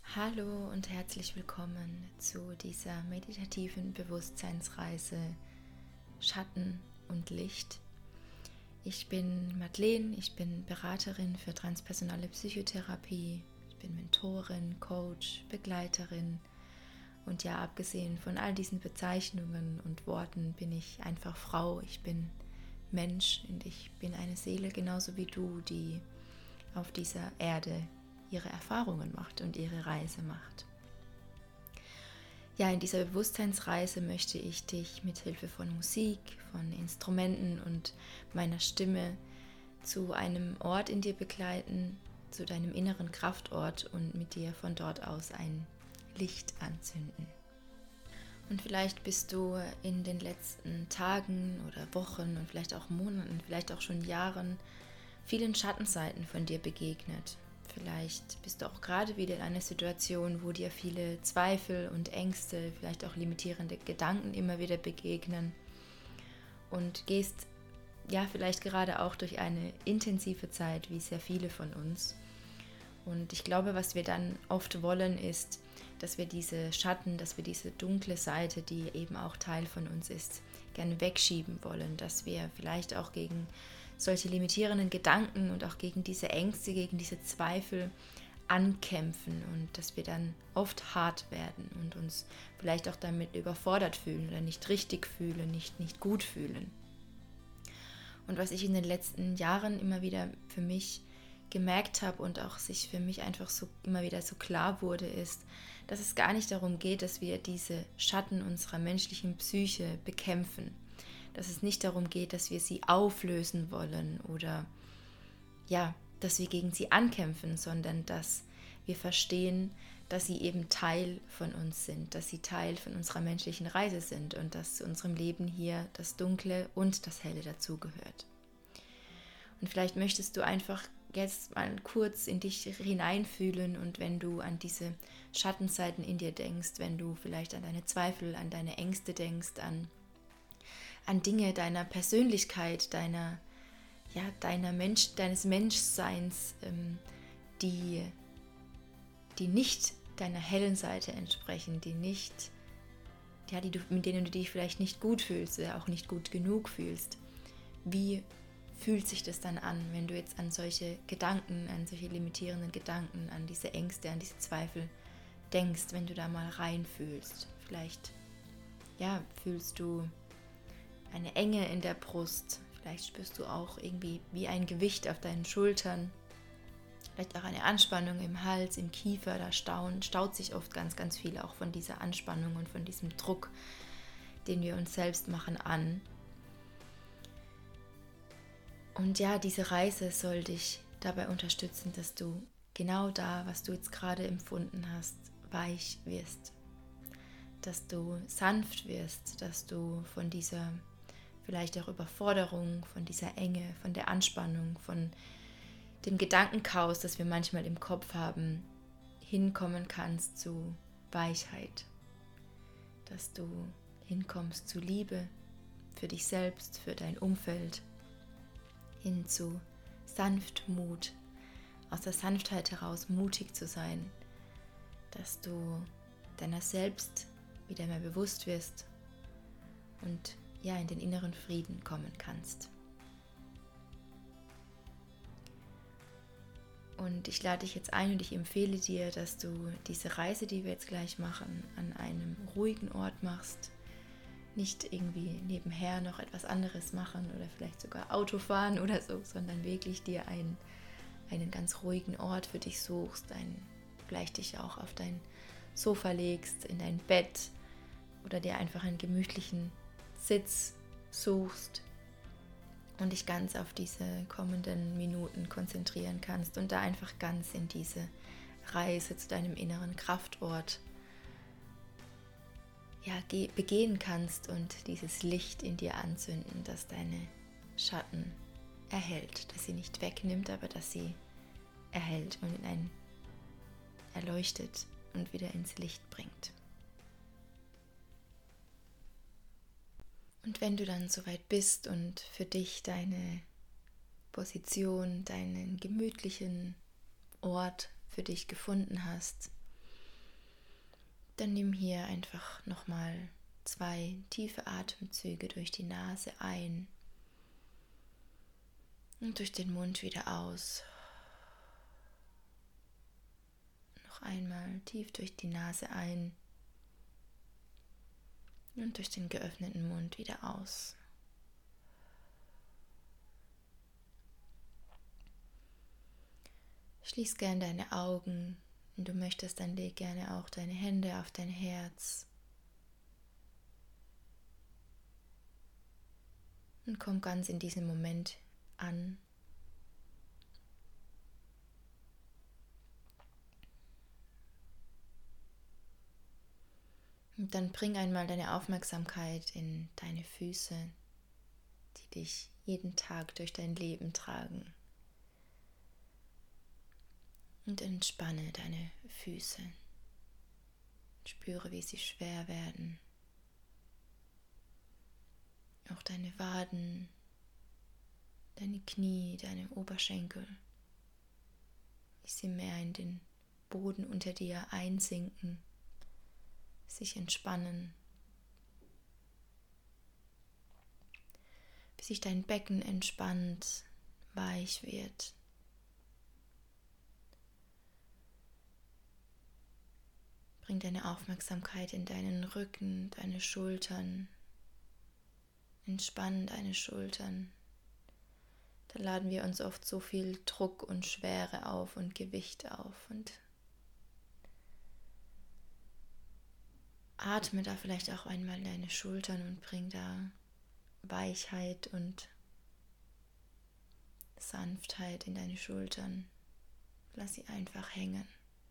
Hallo und herzlich willkommen zu dieser meditativen Bewusstseinsreise Schatten und Licht. Ich bin Madeleine, ich bin Beraterin für transpersonale Psychotherapie, ich bin Mentorin, Coach, Begleiterin und ja, abgesehen von all diesen Bezeichnungen und Worten bin ich einfach Frau, ich bin Mensch und ich bin eine Seele genauso wie du, die auf dieser Erde ihre Erfahrungen macht und ihre Reise macht. Ja, in dieser Bewusstseinsreise möchte ich dich mit Hilfe von Musik, von Instrumenten und meiner Stimme zu einem Ort in dir begleiten, zu deinem inneren Kraftort und mit dir von dort aus ein Licht anzünden. Und vielleicht bist du in den letzten Tagen oder Wochen und vielleicht auch Monaten, vielleicht auch schon Jahren vielen Schattenseiten von dir begegnet. Vielleicht bist du auch gerade wieder in einer Situation, wo dir viele Zweifel und Ängste, vielleicht auch limitierende Gedanken immer wieder begegnen und gehst ja vielleicht gerade auch durch eine intensive Zeit, wie sehr viele von uns. Und ich glaube, was wir dann oft wollen, ist, dass wir diese Schatten, dass wir diese dunkle Seite, die eben auch Teil von uns ist, gerne wegschieben wollen, dass wir vielleicht auch gegen solche limitierenden Gedanken und auch gegen diese Ängste, gegen diese Zweifel ankämpfen und dass wir dann oft hart werden und uns vielleicht auch damit überfordert fühlen oder nicht richtig fühlen, nicht gut fühlen. Und was ich in den letzten Jahren immer wieder für mich gemerkt habe und auch sich für mich einfach so immer wieder so klar wurde, ist, dass es gar nicht darum geht, dass wir diese Schatten unserer menschlichen Psyche bekämpfen. Dass es nicht darum geht, dass wir sie auflösen wollen oder ja, dass wir gegen sie ankämpfen, sondern dass wir verstehen, dass sie eben Teil von uns sind, dass sie Teil von unserer menschlichen Reise sind und dass zu unserem Leben hier das Dunkle und das Helle dazugehört. Und vielleicht möchtest du einfach jetzt mal kurz in dich hineinfühlen und wenn du an diese Schattenseiten in dir denkst, wenn du vielleicht an deine Zweifel, an deine Ängste denkst, an Dinge deiner Persönlichkeit, deines Menschseins, die nicht deiner hellen Seite entsprechen, mit denen du dich vielleicht nicht gut fühlst oder auch nicht gut genug fühlst. Wie fühlt sich das dann an, wenn du jetzt an solche Gedanken, an solche limitierenden Gedanken, an diese Ängste, an diese Zweifel denkst, wenn du da mal reinfühlst? Vielleicht fühlst du eine Enge in der Brust, vielleicht spürst du auch irgendwie wie ein Gewicht auf deinen Schultern, vielleicht auch eine Anspannung im Hals, im Kiefer, da staut sich oft ganz, ganz viel auch von dieser Anspannung und von diesem Druck, den wir uns selbst machen, an. Und ja, diese Reise soll dich dabei unterstützen, dass du genau da, was du jetzt gerade empfunden hast, weich wirst, dass du sanft wirst, dass du von dieser vielleicht auch Überforderung, von dieser Enge, von der Anspannung, von dem Gedankenchaos, das wir manchmal im Kopf haben, hinkommen kannst zu Weichheit. Dass du hinkommst zu Liebe für dich selbst, für dein Umfeld, hin zu Sanftmut, aus der Sanftheit heraus mutig zu sein, dass du deiner selbst wieder mehr bewusst wirst und in den inneren Frieden kommen kannst. Und ich lade dich jetzt ein und ich empfehle dir, dass du diese Reise, die wir jetzt gleich machen, an einem ruhigen Ort machst. Nicht irgendwie nebenher noch etwas anderes machen oder vielleicht sogar Auto fahren oder so, sondern wirklich dir einen ganz ruhigen Ort für dich suchst, vielleicht dich auch auf dein Sofa legst, in dein Bett oder dir einfach einen gemütlichen Sitz suchst und dich ganz auf diese kommenden Minuten konzentrieren kannst und da einfach ganz in diese Reise zu deinem inneren Kraftort begehen kannst und dieses Licht in dir anzünden, das deine Schatten erhält, dass sie nicht wegnimmt, aber dass sie erhält und erleuchtet und wieder ins Licht bringt. Und wenn du dann soweit bist und für dich deine Position, deinen gemütlichen Ort für dich gefunden hast, Dann nimm hier einfach nochmal 2 tiefe Atemzüge durch die Nase ein und durch den Mund wieder aus. Noch einmal tief durch die Nase ein und durch den geöffneten Mund wieder aus. Schließ gerne deine Augen. Wenn du möchtest, dann leg gerne auch deine Hände auf dein Herz. Und komm ganz in diesem Moment an. Und dann bring einmal deine Aufmerksamkeit in deine Füße, die dich jeden Tag durch dein Leben tragen. Und entspanne deine Füße. Spüre, wie sie schwer werden. Auch deine Waden, deine Knie, deine Oberschenkel, wie sie mehr in den Boden unter dir einsinken, sich entspannen, bis sich dein Becken entspannt, weich wird. Bring deine Aufmerksamkeit in deinen Rücken, deine Schultern. Entspann deine Schultern. Da laden wir uns oft so viel Druck und Schwere auf und Gewicht auf. Und atme da vielleicht auch einmal deine Schultern und bring da Weichheit und Sanftheit in deine Schultern. Lass sie einfach hängen.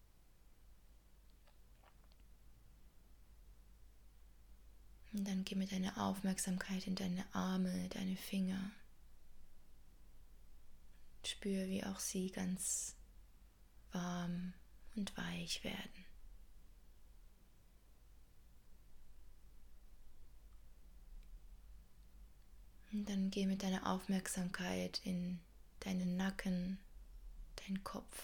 Und dann geh mit deiner Aufmerksamkeit in deine Arme, deine Finger. Spür, wie auch sie ganz warm und weich werden. Und dann geh mit deiner Aufmerksamkeit in deinen Nacken, deinen Kopf,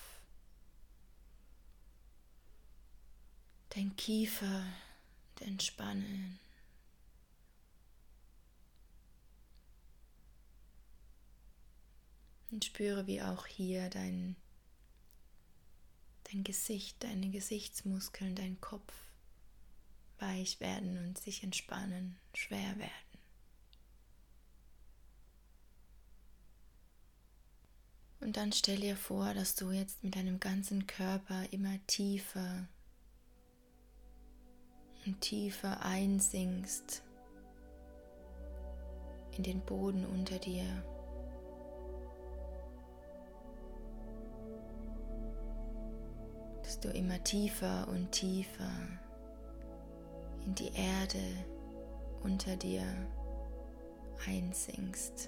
dein Kiefer und entspanne. Und spüre, wie auch hier dein Gesicht, deine Gesichtsmuskeln, dein Kopf weich werden und sich entspannen, schwer werden. Und dann stell dir vor, dass du jetzt mit deinem ganzen Körper immer tiefer und tiefer einsinkst in den Boden unter dir. Dass du immer tiefer und tiefer in die Erde unter dir einsinkst.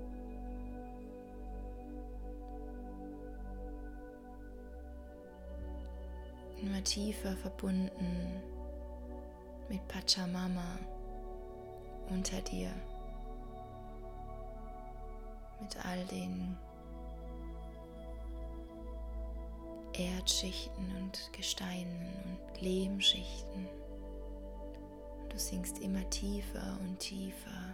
Immer tiefer verbunden mit Pachamama unter dir, mit all den Erdschichten und Gesteinen und Lehmschichten. Du sinkst immer tiefer und tiefer.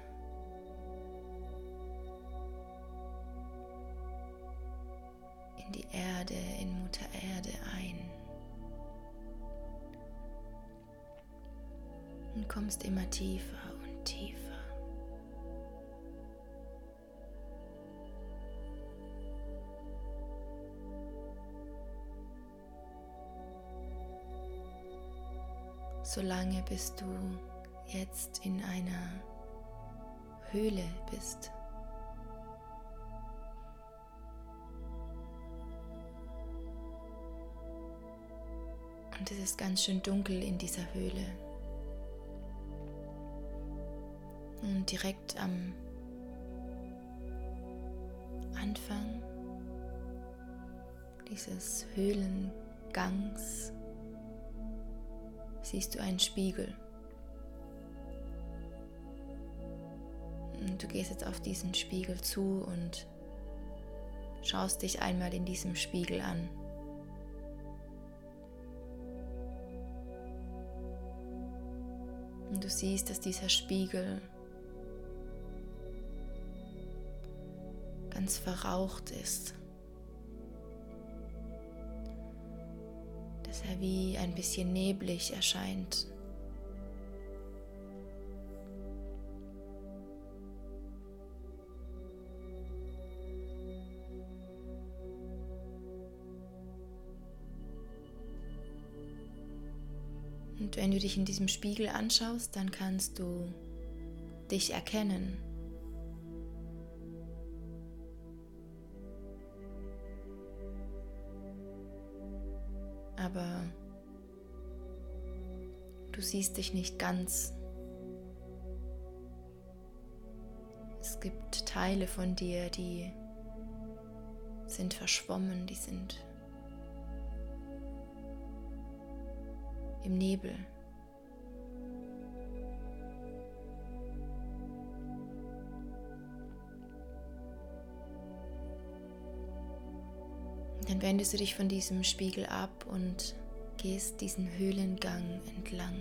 In die Erde, in Mutter Erde ein. Und kommst immer tiefer und tiefer. Solange bis du jetzt in einer Höhle bist. Und es ist ganz schön dunkel in dieser Höhle. Und direkt am Anfang dieses Höhlengangs siehst du einen Spiegel. Und du gehst jetzt auf diesen Spiegel zu und schaust dich einmal in diesem Spiegel an. Und du siehst, dass dieser Spiegel ganz verraucht ist. Dass er wie ein bisschen neblig erscheint. Und wenn du dich in diesem Spiegel anschaust, dann kannst du dich erkennen. Aber du siehst dich nicht ganz. Es gibt Teile von dir, die sind verschwommen, die sind im Nebel. Dann wendest du dich von diesem Spiegel ab und gehst diesen Höhlengang entlang.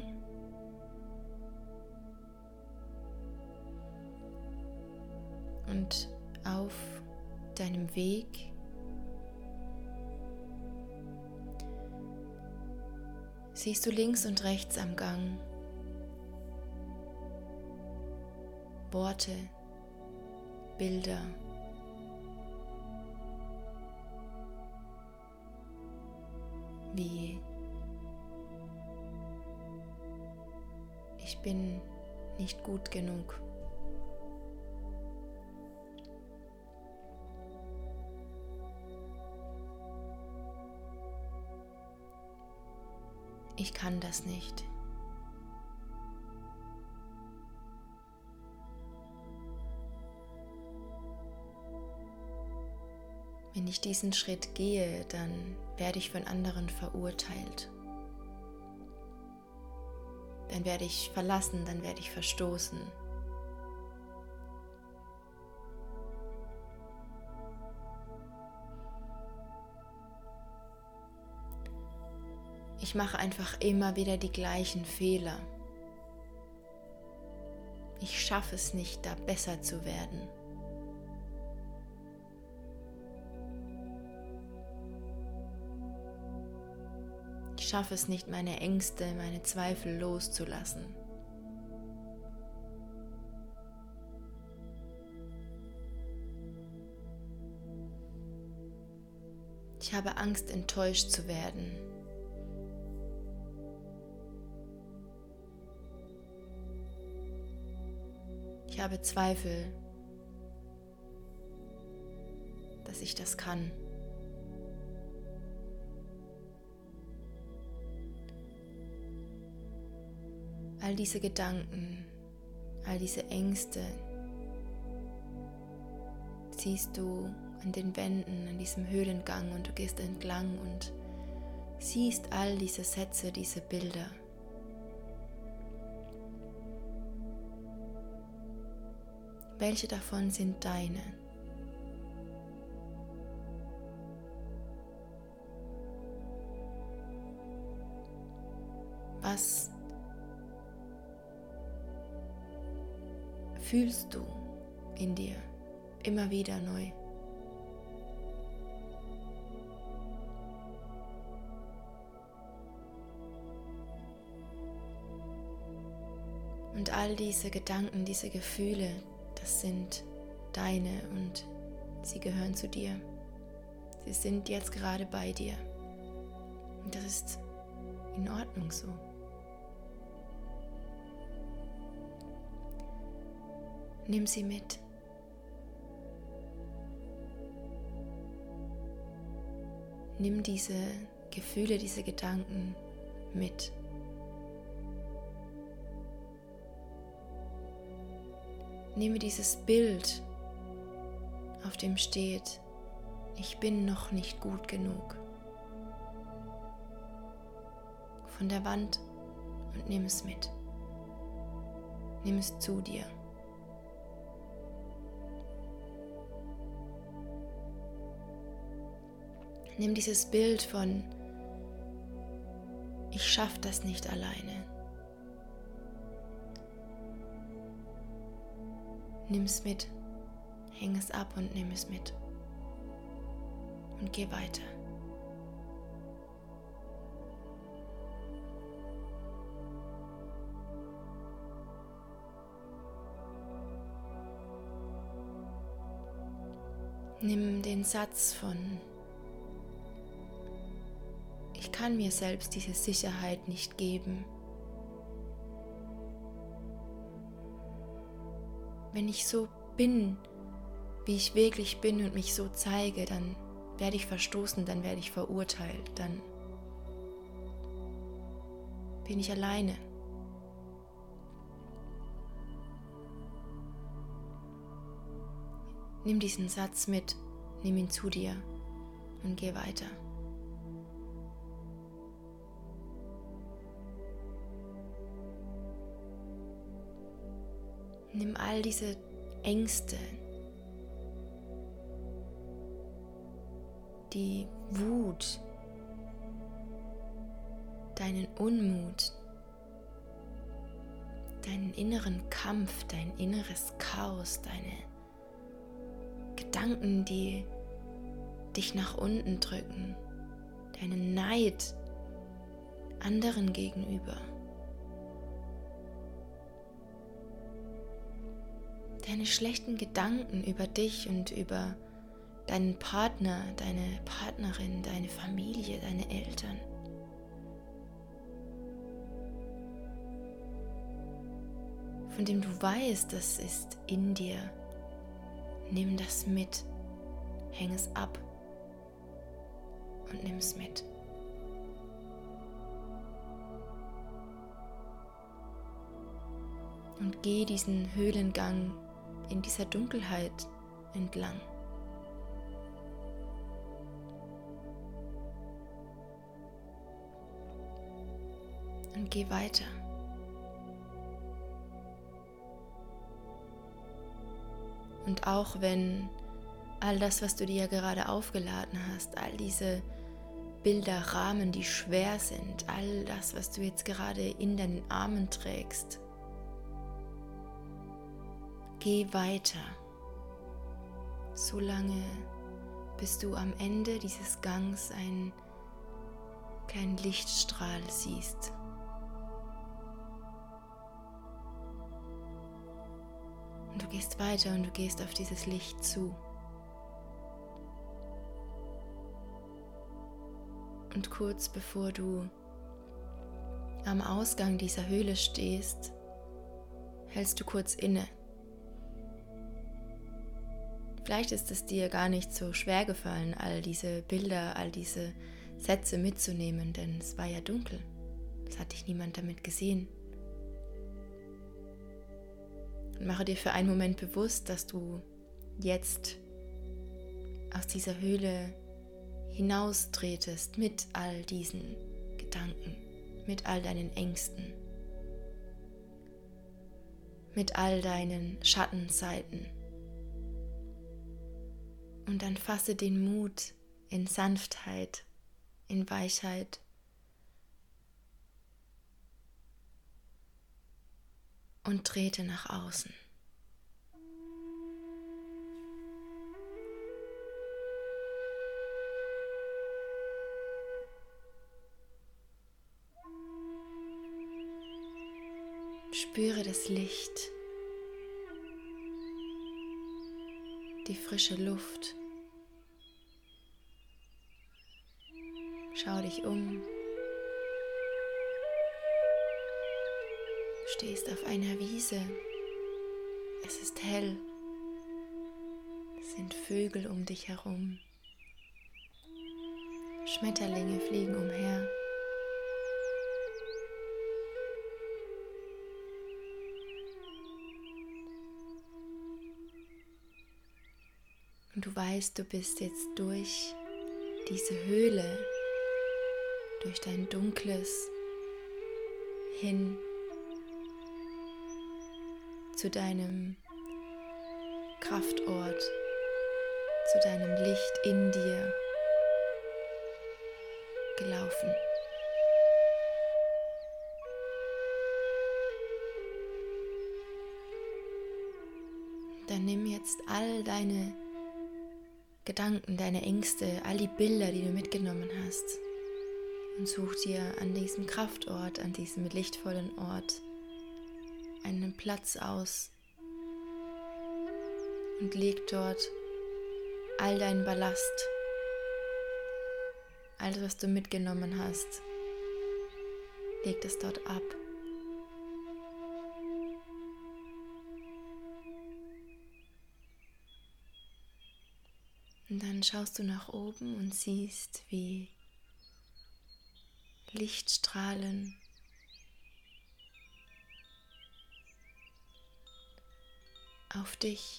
Und auf deinem Weg siehst du links und rechts am Gang Worte, Bilder, wie ich bin nicht gut genug. Ich kann das nicht. Wenn ich diesen Schritt gehe, dann werde ich von anderen verurteilt. Dann werde ich verlassen, dann werde ich verstoßen. Ich mache einfach immer wieder die gleichen Fehler. Ich schaffe es nicht, da besser zu werden. Ich schaffe es nicht, meine Ängste, meine Zweifel loszulassen. Ich habe Angst, enttäuscht zu werden. Ich habe Zweifel, dass ich das kann. All diese Gedanken, all diese Ängste siehst du an den Wänden, an diesem Höhlengang und du gehst entlang und siehst all diese Sätze, diese Bilder. Welche davon sind deine? Was fühlst du in dir immer wieder neu? Und all diese Gedanken, diese Gefühle, das sind deine und sie gehören zu dir. Sie sind jetzt gerade bei dir. Und das ist in Ordnung so. Nimm sie mit. Nimm diese Gefühle, diese Gedanken mit. Nehme dieses Bild, auf dem steht, ich bin noch nicht gut genug, von der Wand und nimm es mit. Nimm es zu dir. Nimm dieses Bild von, ich schaffe das nicht alleine. Nimm's mit, häng es ab und nimm es mit. Und geh weiter. Nimm den Satz von: Ich kann mir selbst diese Sicherheit nicht geben. Wenn ich so bin, wie ich wirklich bin und mich so zeige, dann werde ich verstoßen, dann werde ich verurteilt, dann bin ich alleine. Nimm diesen Satz mit, nimm ihn zu dir und geh weiter. Nimm all diese Ängste, die Wut, deinen Unmut, deinen inneren Kampf, dein inneres Chaos, deine Gedanken, die dich nach unten drücken, deinen Neid anderen gegenüber, deine schlechten Gedanken über dich und über deinen Partner, deine Partnerin, deine Familie, deine Eltern. Von dem du weißt, das ist in dir. Nimm das mit, häng es ab und nimm es mit. Und geh diesen Höhlengang in dieser Dunkelheit entlang. Und geh weiter. Und auch wenn all das, was du dir gerade aufgeladen hast, all diese Bilder, Rahmen, die schwer sind, all das, was du jetzt gerade in deinen Armen trägst, geh weiter, solange bis du am Ende dieses Gangs einen kleinen Lichtstrahl siehst. Und du gehst weiter und du gehst auf dieses Licht zu. Und kurz bevor du am Ausgang dieser Höhle stehst, hältst du kurz inne. Vielleicht ist es dir gar nicht so schwer gefallen, all diese Bilder, all diese Sätze mitzunehmen, denn es war ja dunkel. Es hat dich niemand damit gesehen. Und mache dir für einen Moment bewusst, dass du jetzt aus dieser Höhle hinaustretest mit all diesen Gedanken, mit all deinen Ängsten, mit all deinen Schattenseiten. Und dann fasse den Mut in Sanftheit, in Weichheit und trete nach außen. Spüre das Licht, die frische Luft. Schau dich um. Du stehst auf einer Wiese. Es ist hell. Es sind Vögel um dich herum. Schmetterlinge fliegen umher. Und du weißt, du bist jetzt durch diese Höhle, durch dein Dunkles hin zu deinem Kraftort, zu deinem Licht in dir gelaufen. Dann nimm jetzt all deine Gedanken, deine Ängste, all die Bilder, die du mitgenommen hast und such dir an diesem Kraftort, an diesem lichtvollen Ort einen Platz aus und leg dort all deinen Ballast, alles, was du mitgenommen hast, leg das dort ab. Und dann schaust du nach oben und siehst, wie Lichtstrahlen auf dich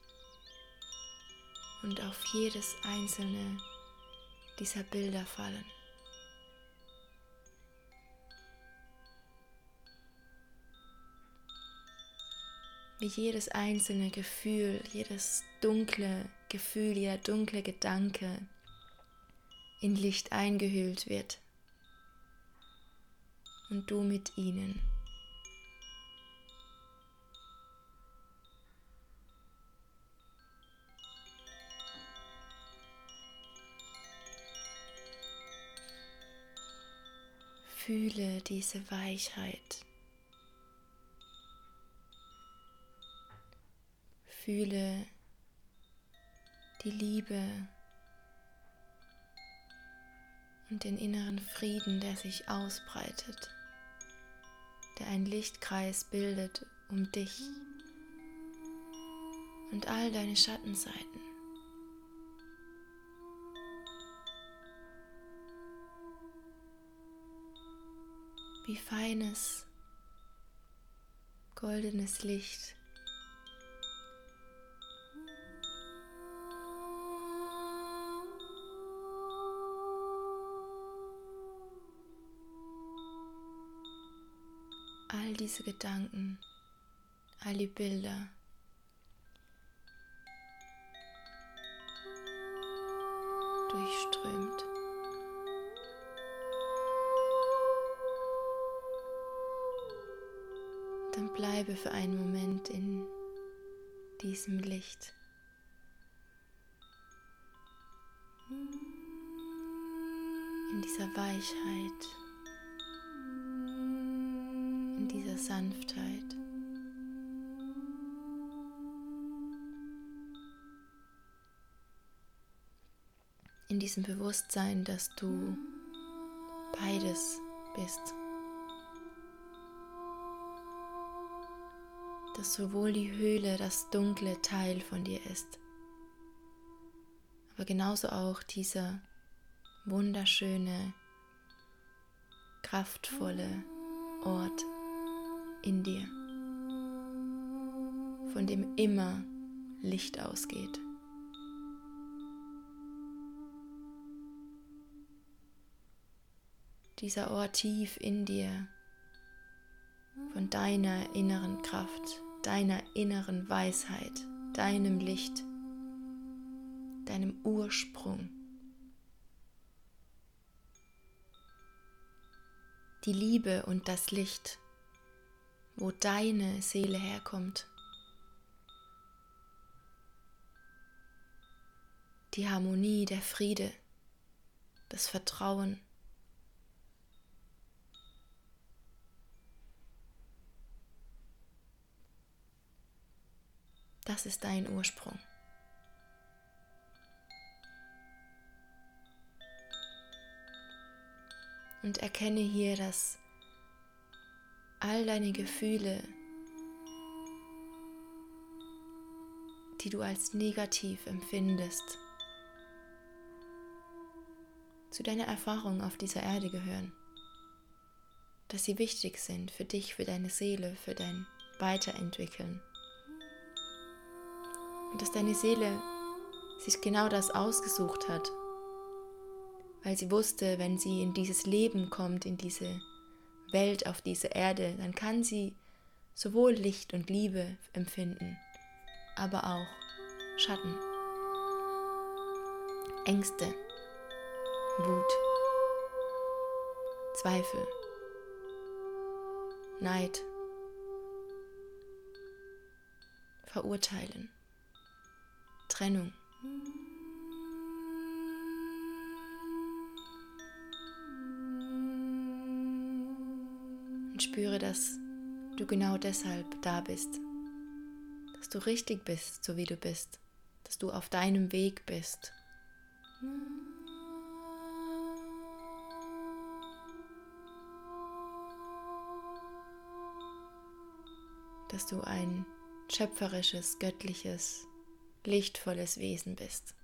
und auf jedes einzelne dieser Bilder fallen. Wie jedes einzelne Gefühl, jedes dunkle Gefühl, jeder dunkle Gedanke in Licht eingehüllt wird und du mit ihnen. Fühle diese Weichheit. Fühle die Liebe und den inneren Frieden, der sich ausbreitet, der einen Lichtkreis bildet um dich und all deine Schattenseiten. Wie feines, goldenes Licht all diese Gedanken, all die Bilder durchströmt. Dann bleibe für einen Moment in diesem Licht. In dieser Weichheit, in dieser Sanftheit. In diesem Bewusstsein, dass du beides bist. Dass sowohl die Höhle das dunkle Teil von dir ist, aber genauso auch dieser wunderschöne, kraftvolle Ort in dir, von dem immer Licht ausgeht. Dieser Ort tief in dir, von deiner inneren Kraft, deiner inneren Weisheit, deinem Licht, deinem Ursprung. Die Liebe und das Licht, wo deine Seele herkommt. Die Harmonie, der Friede, das Vertrauen. Das ist dein Ursprung. Und erkenne hier, dass all deine Gefühle, die du als negativ empfindest, zu deiner Erfahrung auf dieser Erde gehören. Dass sie wichtig sind für dich, für deine Seele, für dein Weiterentwickeln. Und dass deine Seele sich genau das ausgesucht hat, weil sie wusste, wenn sie in dieses Leben kommt, in diese Welt, auf diese Erde, dann kann sie sowohl Licht und Liebe empfinden, aber auch Schatten, Ängste, Wut, Zweifel, Neid, Verurteilen. Trennung. Und spüre, dass du genau deshalb da bist, dass du richtig bist, so wie du bist, dass du auf deinem Weg bist. Dass du ein schöpferisches, göttliches, lichtvolles Wesen bist.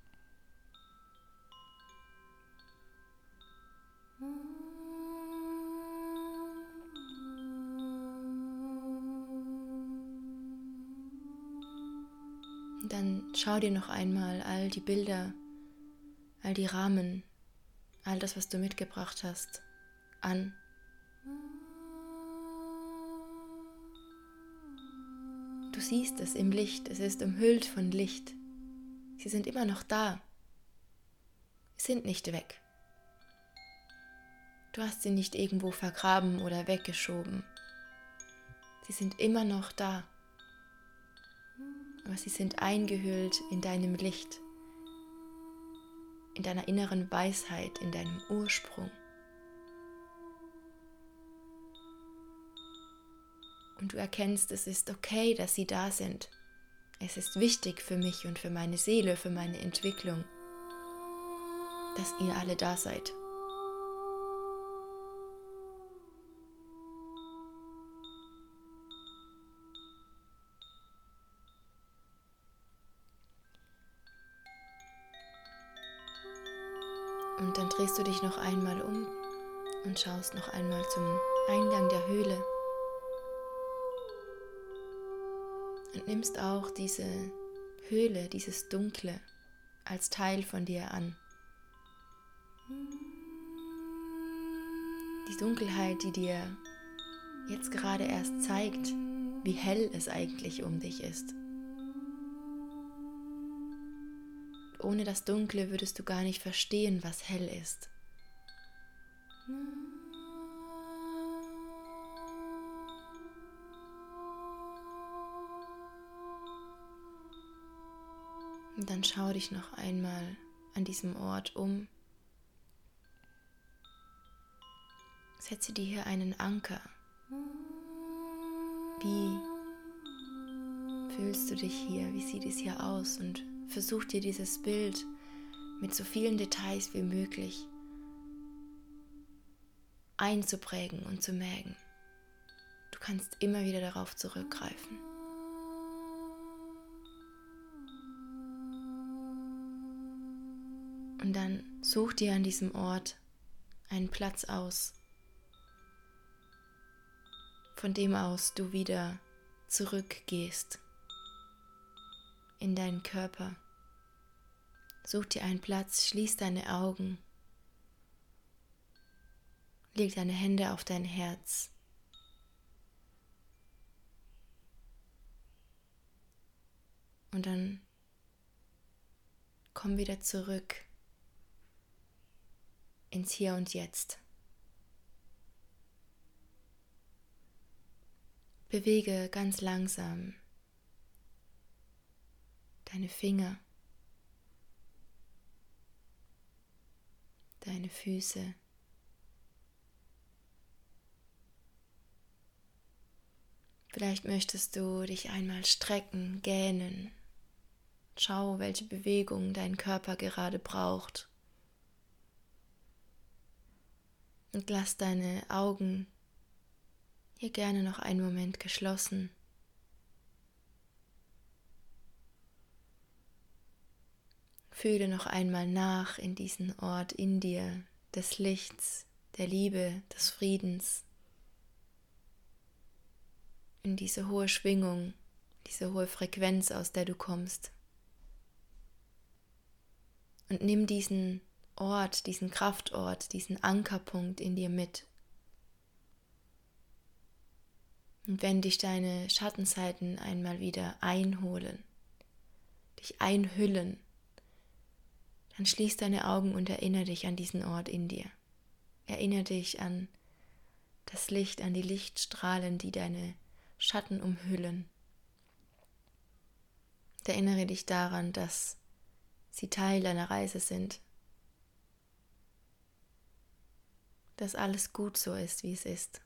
Und dann schau dir noch einmal all die Bilder, all die Rahmen, all das, was du mitgebracht hast, an. Du siehst es im Licht, es ist umhüllt von Licht. Sie sind immer noch da. Sie sind nicht weg. Du hast sie nicht irgendwo vergraben oder weggeschoben. Sie sind immer noch da. Aber sie sind eingehüllt in deinem Licht, in deiner inneren Weisheit, in deinem Ursprung. Und du erkennst, es ist okay, dass sie da sind. Es ist wichtig für mich und für meine Seele, für meine Entwicklung, dass ihr alle da seid. Und dann drehst du dich noch einmal um und schaust noch einmal zum Eingang der Höhle. Und nimmst auch diese Höhle, dieses Dunkle als Teil von dir an. Die Dunkelheit, die dir jetzt gerade erst zeigt, wie hell es eigentlich um dich ist. Ohne das Dunkle würdest du gar nicht verstehen, was hell ist. Und dann schau dich noch einmal an diesem Ort um. Setze dir hier einen Anker. Wie fühlst du dich hier? Wie sieht es hier aus? Und versuch dir dieses Bild mit so vielen Details wie möglich einzuprägen und zu merken. Du kannst immer wieder darauf zurückgreifen. Und dann such dir an diesem Ort einen Platz aus, von dem aus du wieder zurückgehst in deinen Körper. Such dir einen Platz, schließ deine Augen, leg deine Hände auf dein Herz. Und dann komm wieder zurück ins Hier und Jetzt. Bewege ganz langsam deine Finger, deine Füße, vielleicht möchtest du dich einmal strecken, gähnen. Schau, welche Bewegung dein Körper gerade braucht. Und lass deine Augen hier gerne noch einen Moment geschlossen. Fühle noch einmal nach in diesen Ort in dir des Lichts, der Liebe, des Friedens, in diese hohe Schwingung, diese hohe Frequenz, aus der du kommst. Und nimm diesen Ort, diesen Kraftort, diesen Ankerpunkt in dir mit. Und wenn dich deine Schattenseiten einmal wieder einholen, dich einhüllen, dann schließ deine Augen und erinnere dich an diesen Ort in dir. Erinnere dich an das Licht, an die Lichtstrahlen, die deine Schatten umhüllen. Und erinnere dich daran, dass sie Teil deiner Reise sind. Dass alles gut so ist, wie es ist.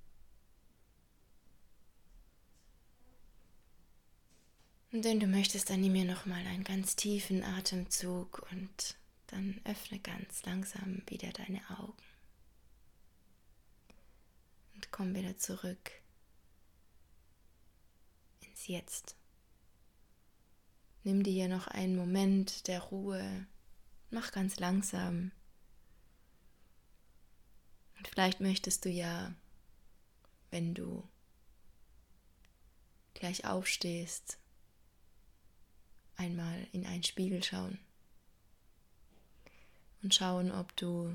Und wenn du möchtest, dann nimm mir nochmal einen ganz tiefen Atemzug und dann öffne ganz langsam wieder deine Augen. Und komm wieder zurück ins Jetzt. Nimm dir hier noch einen Moment der Ruhe. Mach ganz langsam. Und vielleicht möchtest du ja, wenn du gleich aufstehst, einmal in einen Spiegel schauen und schauen, ob du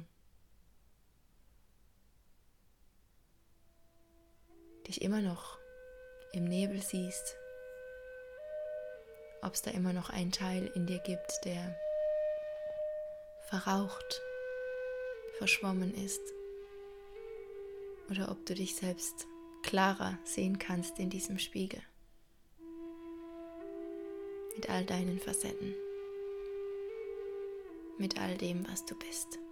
dich immer noch im Nebel siehst, ob es da immer noch einen Teil in dir gibt, der verraucht, verschwommen ist, oder ob du dich selbst klarer sehen kannst in diesem Spiegel. Mit all deinen Facetten, mit all dem, was du bist.